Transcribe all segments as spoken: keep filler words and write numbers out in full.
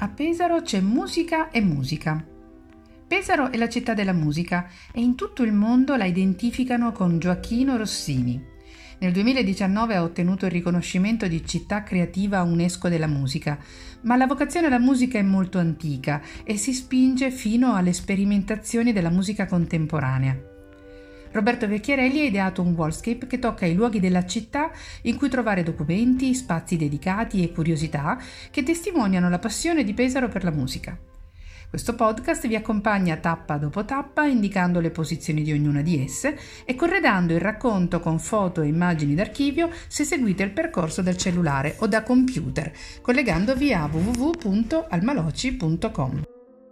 A Pesaro c'è musica e musica. Pesaro è la città della musica e in tutto il mondo la identificano con Gioachino Rossini. Nel duemiladiciannove ha ottenuto il riconoscimento di città creativa UNESCO della musica, ma la vocazione alla musica è molto antica e si spinge fino alle sperimentazioni della musica contemporanea. Roberto Vecchiarelli ha ideato un wallscape che tocca i luoghi della città in cui trovare documenti, spazi dedicati e curiosità che testimoniano la passione di Pesaro per la musica. Questo podcast vi accompagna tappa dopo tappa indicando le posizioni di ognuna di esse e corredando il racconto con foto e immagini d'archivio se seguite il percorso dal cellulare o da computer, collegandovi a w w w punto almaloci punto com.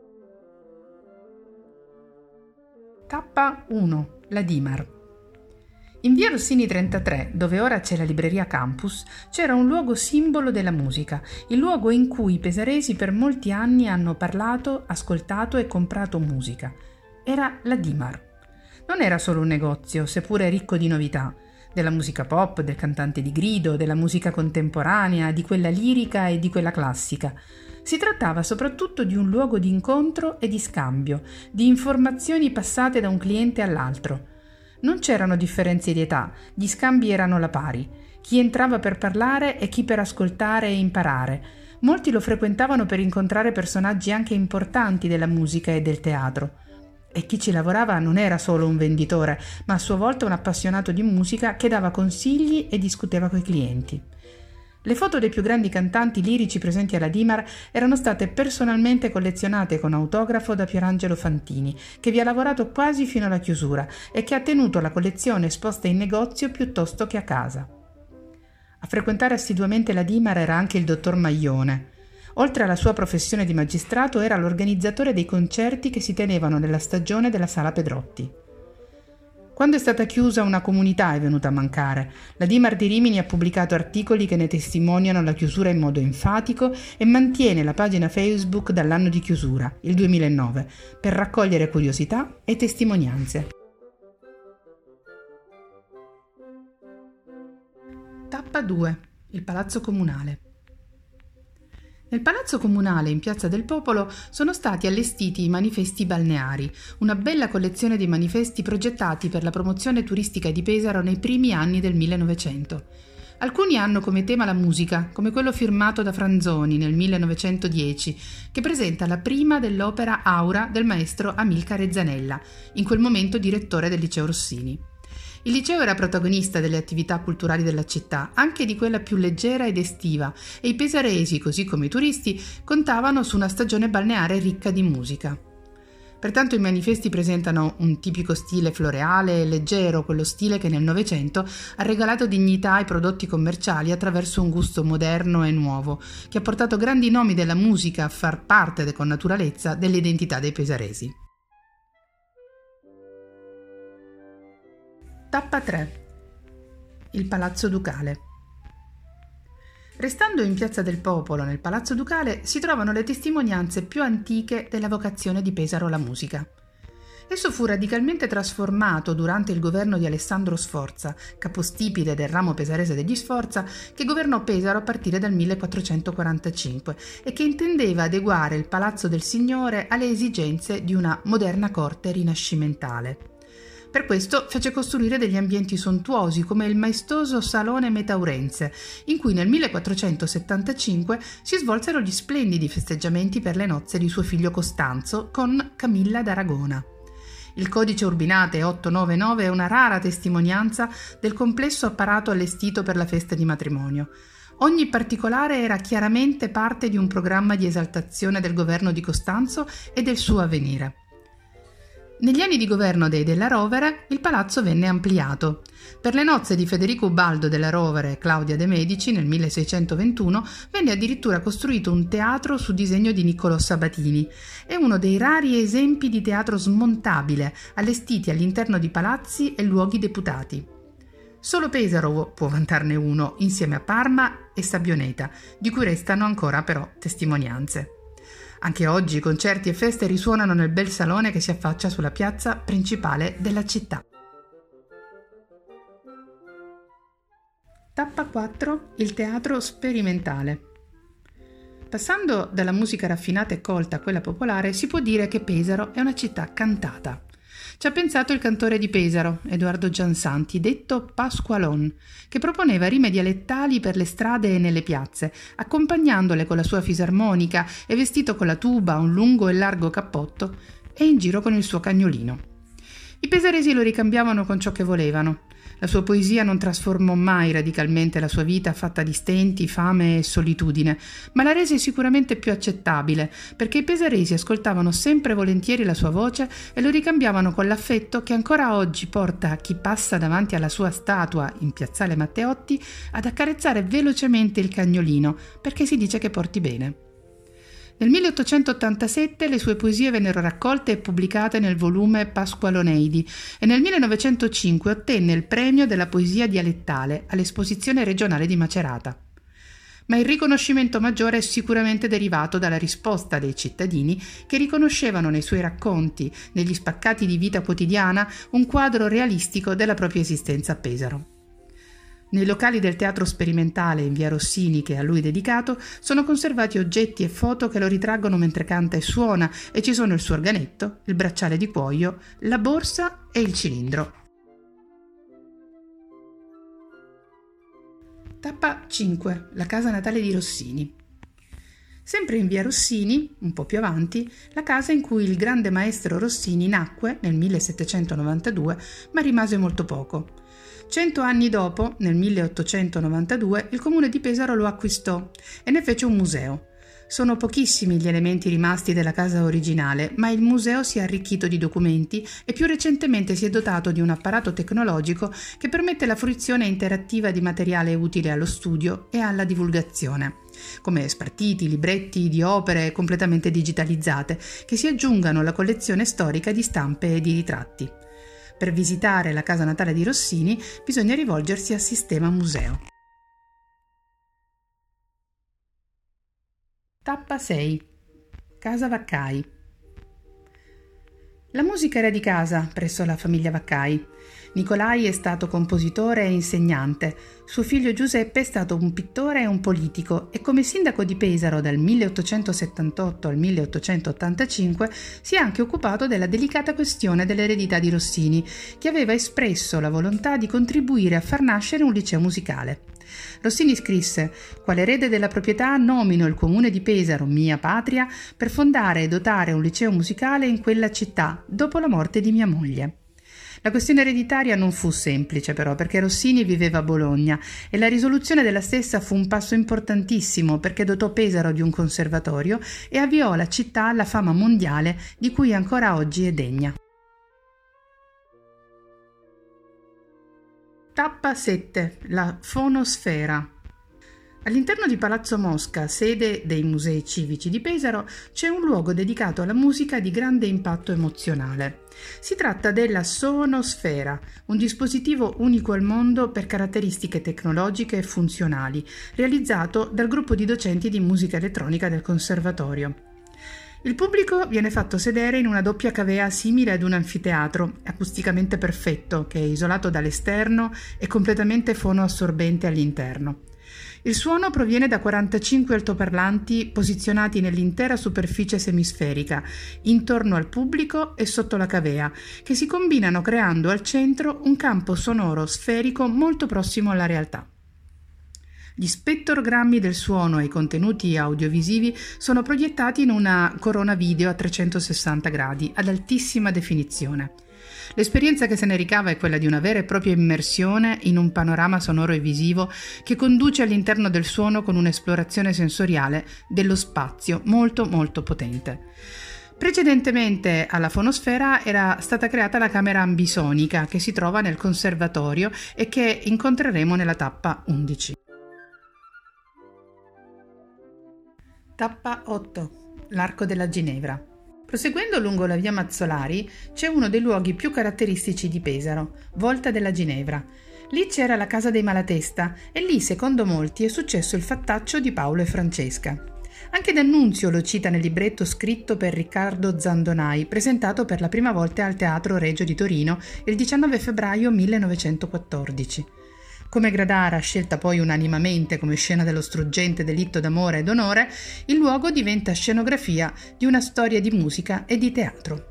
Tappa uno. La Dimar. In via Rossini trentatré, dove ora c'è la libreria Campus, c'era un luogo simbolo della musica, il luogo in cui i pesaresi per molti anni hanno parlato, ascoltato e comprato musica. Era la Dimar. Non era solo un negozio, seppure ricco di novità, della musica pop, del cantante di grido, della musica contemporanea, di quella lirica e di quella classica. Si trattava soprattutto di un luogo di incontro e di scambio, di informazioni passate da un cliente all'altro. Non c'erano differenze di età, gli scambi erano alla pari. Chi entrava per parlare e chi per ascoltare e imparare. Molti lo frequentavano per incontrare personaggi anche importanti della musica e del teatro. E chi ci lavorava non era solo un venditore, ma a sua volta un appassionato di musica che dava consigli e discuteva coi clienti. Le foto dei più grandi cantanti lirici presenti alla Dimar erano state personalmente collezionate con autografo da Pierangelo Fantini, che vi ha lavorato quasi fino alla chiusura e che ha tenuto la collezione esposta in negozio piuttosto che a casa. A frequentare assiduamente la Dimar era anche il dottor Maglione. Oltre alla sua professione di magistrato era l'organizzatore dei concerti che si tenevano nella stagione della Sala Pedrotti. Quando è stata chiusa una comunità è venuta a mancare. La Dimar di Rimini ha pubblicato articoli che ne testimoniano la chiusura in modo enfatico e mantiene la pagina Facebook dall'anno di chiusura, il duemilanove, per raccogliere curiosità e testimonianze. Tappa due. Il Palazzo Comunale. Nel Palazzo Comunale in Piazza del Popolo sono stati allestiti i manifesti balneari, una bella collezione di manifesti progettati per la promozione turistica di Pesaro nei primi anni del millenovecento. Alcuni hanno come tema la musica, come quello firmato da Franzoni nel millenovecentodieci, che presenta la prima dell'opera Aura del maestro Amilcare Zanella, in quel momento direttore del Liceo Rossini. Il liceo era protagonista delle attività culturali della città, anche di quella più leggera ed estiva, e i pesaresi, così come i turisti, contavano su una stagione balneare ricca di musica. Pertanto i manifesti presentano un tipico stile floreale e leggero, quello stile che nel Novecento ha regalato dignità ai prodotti commerciali attraverso un gusto moderno e nuovo, che ha portato grandi nomi della musica a far parte con naturalezza dell'identità dei pesaresi. Tappa tre. Il Palazzo Ducale. Restando in Piazza del Popolo, nel Palazzo Ducale, si trovano le testimonianze più antiche della vocazione di Pesaro alla musica. Esso fu radicalmente trasformato durante il governo di Alessandro Sforza, capostipite del ramo pesarese degli Sforza, che governò Pesaro a partire dal millequattrocentoquarantacinque e che intendeva adeguare il Palazzo del Signore alle esigenze di una moderna corte rinascimentale. Per questo fece costruire degli ambienti sontuosi come il maestoso Salone Metaurense, in cui nel millequattrocentosettantacinque si svolsero gli splendidi festeggiamenti per le nozze di suo figlio Costanzo con Camilla d'Aragona. Il codice Urbinate ottocentonovantanove è una rara testimonianza del complesso apparato allestito per la festa di matrimonio. Ogni particolare era chiaramente parte di un programma di esaltazione del governo di Costanzo e del suo avvenire. Negli anni di governo dei Della Rovere, il palazzo venne ampliato. Per le nozze di Federico Ubaldo della Rovere e Claudia de' Medici nel milleseicentoventuno venne addirittura costruito un teatro su disegno di Niccolò Sabatini. È uno dei rari esempi di teatro smontabile, allestiti all'interno di palazzi e luoghi deputati. Solo Pesaro può vantarne uno, insieme a Parma e Sabbioneta, di cui restano ancora però testimonianze. Anche oggi concerti e feste risuonano nel bel salone che si affaccia sulla piazza principale della città. Tappa quattro. Il teatro sperimentale. Passando dalla musica raffinata e colta a quella popolare, si può dire che Pesaro è una città cantata. Ci ha pensato il cantore di Pesaro, Edoardo Giansanti, detto Pasqualon, che proponeva rime dialettali per le strade e nelle piazze, accompagnandole con la sua fisarmonica e vestito con la tuba, un lungo e largo cappotto e in giro con il suo cagnolino. I pesaresi lo ricambiavano con ciò che volevano. La sua poesia non trasformò mai radicalmente la sua vita fatta di stenti, fame e solitudine, ma la rese sicuramente più accettabile, perché i pesaresi ascoltavano sempre volentieri la sua voce e lo ricambiavano con l'affetto che ancora oggi porta chi passa davanti alla sua statua in piazzale Matteotti ad accarezzare velocemente il cagnolino, perché si dice che porti bene. Nel milleottocentottantasette le sue poesie vennero raccolte e pubblicate nel volume Pasqualoneidi e nel millenovecentocinque ottenne il premio della poesia dialettale all'Esposizione regionale di Macerata. Ma il riconoscimento maggiore è sicuramente derivato dalla risposta dei cittadini che riconoscevano nei suoi racconti, negli spaccati di vita quotidiana, un quadro realistico della propria esistenza a Pesaro. Nei locali del Teatro Sperimentale in via Rossini, che è a lui dedicato, sono conservati oggetti e foto che lo ritraggono mentre canta e suona e ci sono il suo organetto, il bracciale di cuoio, la borsa e il cilindro. Tappa cinque. La casa natale di Rossini. Sempre in via Rossini, un po' più avanti, la casa in cui il grande maestro Rossini nacque nel millesettecentonovantadue, ma rimase molto poco. Cento anni dopo, nel milleottocentonovantadue, il comune di Pesaro lo acquistò e ne fece un museo. Sono pochissimi gli elementi rimasti della casa originale, ma il museo si è arricchito di documenti e più recentemente si è dotato di un apparato tecnologico che permette la fruizione interattiva di materiale utile allo studio e alla divulgazione, come spartiti, libretti di opere completamente digitalizzate, che si aggiungano alla collezione storica di stampe e di ritratti. Per visitare la casa natale di Rossini bisogna rivolgersi al sistema museo. Tappa sei. Casa Vaccai. La musica era di casa presso la famiglia Vaccai. Nicolai è stato compositore e insegnante, suo figlio Giuseppe è stato un pittore e un politico e come sindaco di Pesaro dal milleottocentosettantotto al milleottocentottantacinque si è anche occupato della delicata questione dell'eredità di Rossini, che aveva espresso la volontà di contribuire a far nascere un liceo musicale. Rossini scrisse: «Quale erede della proprietà nomino il comune di Pesaro, mia patria, per fondare e dotare un liceo musicale in quella città, dopo la morte di mia moglie». La questione ereditaria non fu semplice però, perché Rossini viveva a Bologna e la risoluzione della stessa fu un passo importantissimo perché dotò Pesaro di un conservatorio e avviò la città alla fama mondiale di cui ancora oggi è degna. Tappa sette. La fonosfera. All'interno di Palazzo Mosca, sede dei Musei Civici di Pesaro, c'è un luogo dedicato alla musica di grande impatto emozionale. Si tratta della Sonosfera, un dispositivo unico al mondo per caratteristiche tecnologiche e funzionali, realizzato dal gruppo di docenti di musica elettronica del Conservatorio. Il pubblico viene fatto sedere in una doppia cavea simile ad un anfiteatro, acusticamente perfetto, che è isolato dall'esterno e completamente fonoassorbente all'interno. Il suono proviene da quarantacinque altoparlanti posizionati nell'intera superficie semisferica, intorno al pubblico e sotto la cavea, che si combinano creando al centro un campo sonoro sferico molto prossimo alla realtà. Gli spettrogrammi del suono e i contenuti audiovisivi sono proiettati in una corona video a trecentosessanta gradi ad altissima definizione. L'esperienza che se ne ricava è quella di una vera e propria immersione in un panorama sonoro e visivo che conduce all'interno del suono con un'esplorazione sensoriale dello spazio molto molto potente. Precedentemente alla fonosfera era stata creata la camera ambisonica che si trova nel conservatorio e che incontreremo nella tappa undici. Tappa otto. L'Arco della Ginevra. Proseguendo lungo la via Mazzolari c'è uno dei luoghi più caratteristici di Pesaro, Volta della Ginevra. Lì c'era la casa dei Malatesta e lì, secondo molti, è successo il fattaccio di Paolo e Francesca. Anche D'Annunzio lo cita nel libretto scritto per Riccardo Zandonai, presentato per la prima volta al Teatro Regio di Torino il diciannove febbraio millenovecentoquattordici. Come Gradara, scelta poi unanimemente come scena dello struggente delitto d'amore ed onore, il luogo diventa scenografia di una storia di musica e di teatro.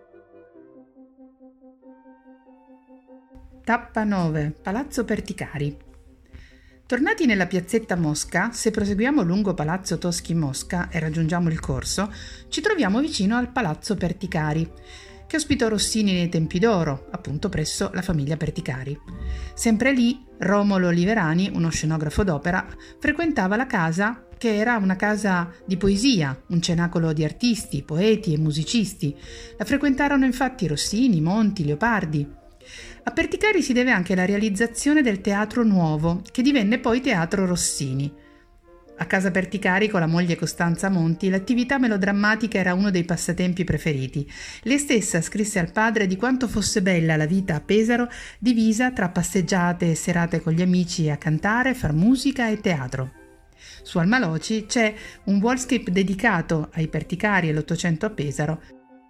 Tappa nove. Palazzo Perticari. Tornati nella piazzetta Mosca, se proseguiamo lungo Palazzo Toschi Mosca e raggiungiamo il corso, ci troviamo vicino al Palazzo Perticari, che ospitò Rossini nei tempi d'oro, appunto presso la famiglia Perticari. Sempre lì, Romolo Liverani, uno scenografo d'opera, frequentava la casa che era una casa di poesia, un cenacolo di artisti, poeti e musicisti. La frequentarono infatti Rossini, Monti, Leopardi. A Perticari si deve anche la realizzazione del Teatro Nuovo, che divenne poi Teatro Rossini. A casa Perticari, con la moglie Costanza Monti, l'attività melodrammatica era uno dei passatempi preferiti. Lei stessa scrisse al padre di quanto fosse bella la vita a Pesaro, divisa tra passeggiate e serate con gli amici a cantare, far musica e teatro. Su Almaloci c'è un wallscape dedicato ai Perticari e l'Ottocento a Pesaro.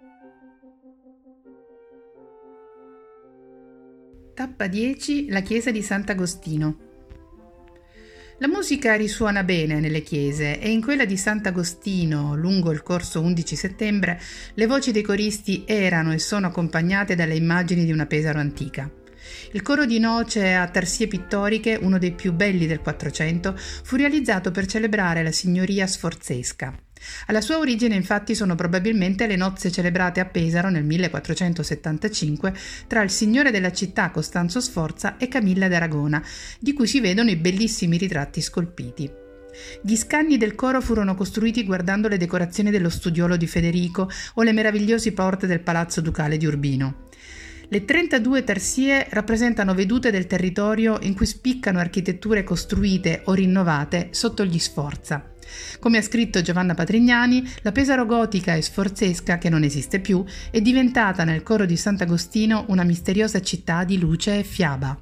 Tappa dieci. La chiesa di Sant'Agostino. La musica risuona bene nelle chiese e in quella di Sant'Agostino, lungo il corso undici settembre, le voci dei coristi erano e sono accompagnate dalle immagini di una Pesaro antica. Il coro di noce a tarsie pittoriche, uno dei più belli del Quattrocento, fu realizzato per celebrare la signoria sforzesca. Alla sua origine infatti sono probabilmente le nozze celebrate a Pesaro nel millequattrocentosettantacinque tra il signore della città Costanzo Sforza e Camilla d'Aragona, di cui si vedono i bellissimi ritratti scolpiti. Gli scanni del coro furono costruiti guardando le decorazioni dello studiolo di Federico o le meravigliose porte del Palazzo Ducale di Urbino. Le trentadue tarsie rappresentano vedute del territorio in cui spiccano architetture costruite o rinnovate sotto gli Sforza. Come ha scritto Giovanna Patrignani, la Pesaro gotica e sforzesca, che non esiste più, è diventata nel coro di Sant'Agostino una misteriosa città di luce e fiaba.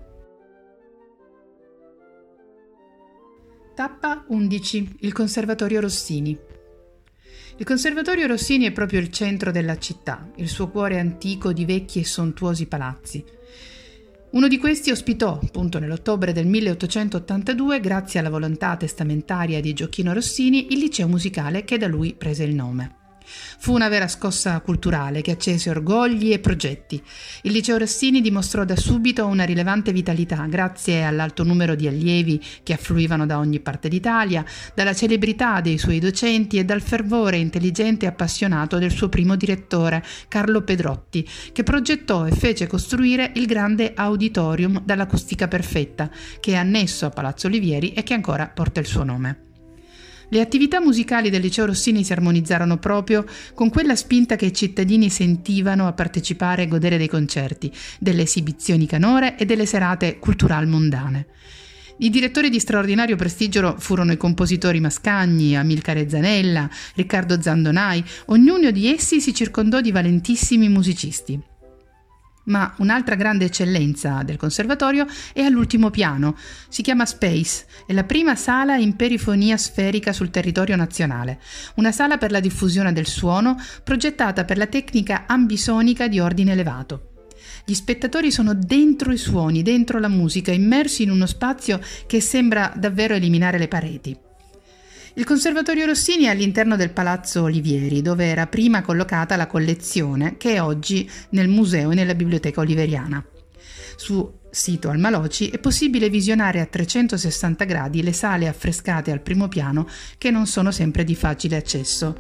Tappa undici. Il Conservatorio Rossini. Il Conservatorio Rossini è proprio il centro della città, il suo cuore antico di vecchi e sontuosi palazzi. Uno di questi ospitò, appunto nell'ottobre del milleottocentottantadue, grazie alla volontà testamentaria di Gioacchino Rossini, il liceo musicale che da lui prese il nome. Fu una vera scossa culturale che accese orgogli e progetti. Il liceo Rossini dimostrò da subito una rilevante vitalità grazie all'alto numero di allievi che affluivano da ogni parte d'Italia, dalla celebrità dei suoi docenti e dal fervore intelligente e appassionato del suo primo direttore, Carlo Pedrotti, che progettò e fece costruire il grande auditorium dall'acustica perfetta, che è annesso a Palazzo Olivieri e che ancora porta il suo nome. Le attività musicali del liceo Rossini si armonizzarono proprio con quella spinta che i cittadini sentivano a partecipare e godere dei concerti, delle esibizioni canore e delle serate cultural mondane. I direttori di straordinario prestigio furono i compositori Mascagni, Amilcare Zanella, Riccardo Zandonai, ognuno di essi si circondò di valentissimi musicisti. Ma un'altra grande eccellenza del conservatorio è all'ultimo piano, si chiama Space, è la prima sala in perifonia sferica sul territorio nazionale, una sala per la diffusione del suono progettata per la tecnica ambisonica di ordine elevato. Gli spettatori sono dentro i suoni, dentro la musica, immersi in uno spazio che sembra davvero eliminare le pareti. Il Conservatorio Rossini è all'interno del Palazzo Olivieri, dove era prima collocata la collezione, che è oggi nel museo e nella biblioteca oliveriana. Su sito Almaloci è possibile visionare a trecentosessanta gradi le sale affrescate al primo piano, che non sono sempre di facile accesso.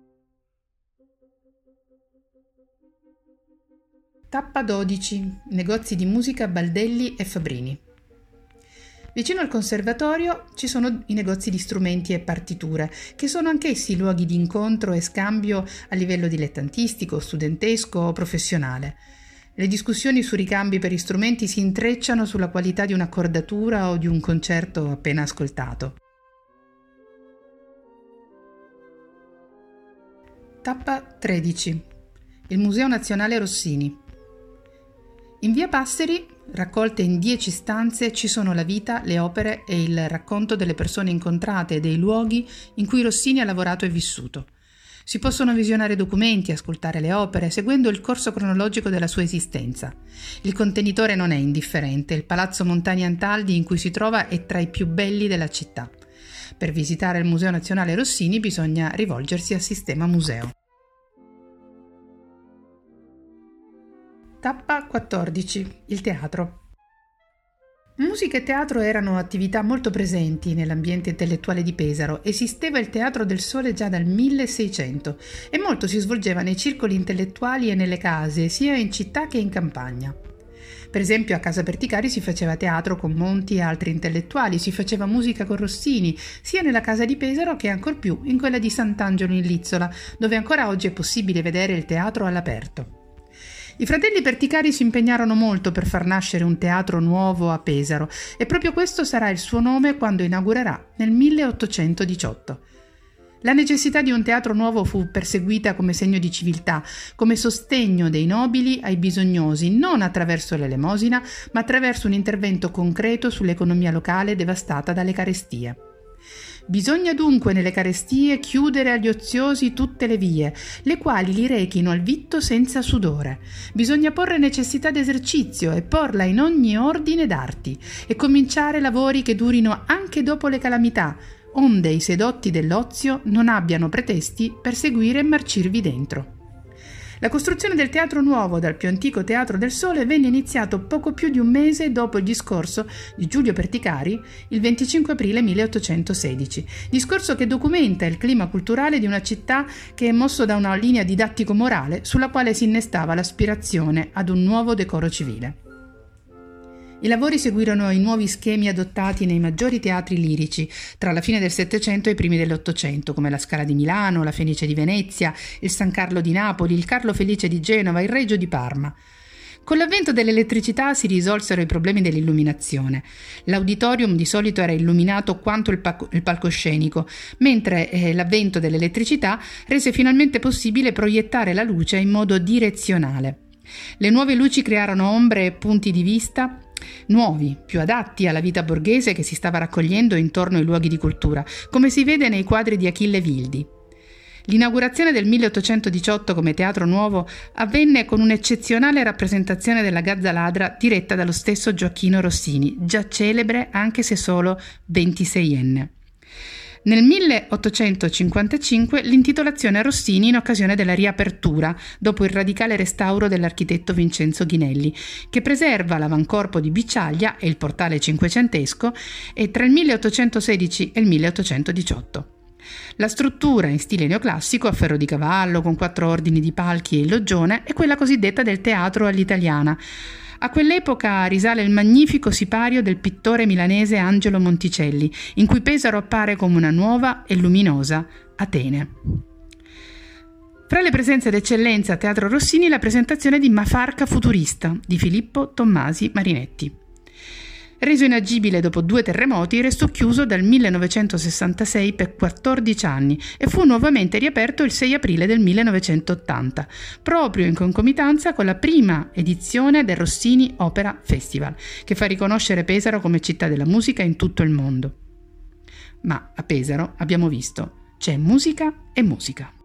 Tappa dodici. Negozi di musica Baldelli e Fabrini. Vicino al conservatorio ci sono i negozi di strumenti e partiture, che sono anch'essi luoghi di incontro e scambio a livello dilettantistico, studentesco o professionale. Le discussioni su ricambi per strumenti si intrecciano sulla qualità di un'accordatura o di un concerto appena ascoltato. Tappa tredici. Il Museo Nazionale Rossini. In via Passeri, raccolte in dieci stanze, ci sono la vita, le opere e il racconto delle persone incontrate e dei luoghi in cui Rossini ha lavorato e vissuto. Si possono visionare documenti, ascoltare le opere, seguendo il corso cronologico della sua esistenza. Il contenitore non è indifferente, il Palazzo Montani Antaldi in cui si trova è tra i più belli della città. Per visitare il Museo Nazionale Rossini bisogna rivolgersi al sistema museo. Tappa quattordici. Il teatro. Musica e teatro erano attività molto presenti nell'ambiente intellettuale di Pesaro. Esisteva il Teatro del Sole già dal milleseicento e molto si svolgeva nei circoli intellettuali e nelle case, sia in città che in campagna. Per esempio a Casa Perticari si faceva teatro con Monti e altri intellettuali, si faceva musica con Rossini, sia nella casa di Pesaro che ancor più in quella di Sant'Angelo in Lizzola, dove ancora oggi è possibile vedere il teatro all'aperto. I fratelli Perticari si impegnarono molto per far nascere un teatro nuovo a Pesaro e proprio questo sarà il suo nome quando inaugurerà nel milleottocentodiciotto. La necessità di un teatro nuovo fu perseguita come segno di civiltà, come sostegno dei nobili ai bisognosi, non attraverso l'elemosina, ma attraverso un intervento concreto sull'economia locale devastata dalle carestie. Bisogna dunque nelle carestie chiudere agli oziosi tutte le vie, le quali li rechino al vitto senza sudore. Bisogna porre necessità d'esercizio e porla in ogni ordine d'arti, e cominciare lavori che durino anche dopo le calamità, onde i sedotti dell'ozio non abbiano pretesti per seguire e marcirvi dentro. La costruzione del teatro nuovo dal più antico Teatro del Sole venne iniziato poco più di un mese dopo il discorso di Giulio Perticari il venticinque aprile milleottocentosedici, discorso che documenta il clima culturale di una città che è mosso da una linea didattico-morale sulla quale si innestava l'aspirazione ad un nuovo decoro civile. I lavori seguirono i nuovi schemi adottati nei maggiori teatri lirici tra la fine del Settecento e i primi dell'Ottocento, come la Scala di Milano, la Fenice di Venezia, il San Carlo di Napoli, il Carlo Felice di Genova, il Regio di Parma. Con l'avvento dell'elettricità si risolsero i problemi dell'illuminazione. L'auditorium di solito era illuminato quanto il, pa- il palcoscenico, mentre eh, l'avvento dell'elettricità rese finalmente possibile proiettare la luce in modo direzionale. Le nuove luci crearono ombre e punti di vista nuovi, più adatti alla vita borghese che si stava raccogliendo intorno ai luoghi di cultura, come si vede nei quadri di Achille Vildi. L'inaugurazione del milleottocentodiciotto come teatro nuovo avvenne con un'eccezionale rappresentazione della Gazza Ladra diretta dallo stesso Gioacchino Rossini, già celebre anche se solo ventiseienne. Nel milleottocentocinquantacinque l'intitolazione a Rossini in occasione della riapertura dopo il radicale restauro dell'architetto Vincenzo Ghinelli, che preserva l'avancorpo di Bicciaglia e il portale cinquecentesco e tra il milleottocentosedici e il milleottocentodiciotto. La struttura in stile neoclassico a ferro di cavallo con quattro ordini di palchi e il loggione è quella cosiddetta del teatro all'italiana. A quell'epoca risale il magnifico sipario del pittore milanese Angelo Monticelli, in cui Pesaro appare come una nuova e luminosa Atene. Fra le presenze d'eccellenza a Teatro Rossini la presentazione di Mafarca Futurista di Filippo Tommasi Marinetti. Reso inagibile dopo due terremoti, restò chiuso dal millenovecentosessantasei per quattordici anni e fu nuovamente riaperto il sei aprile del millenovecentottanta, proprio in concomitanza con la prima edizione del Rossini Opera Festival, che fa riconoscere Pesaro come città della musica in tutto il mondo. Ma a Pesaro, abbiamo visto, c'è musica e musica.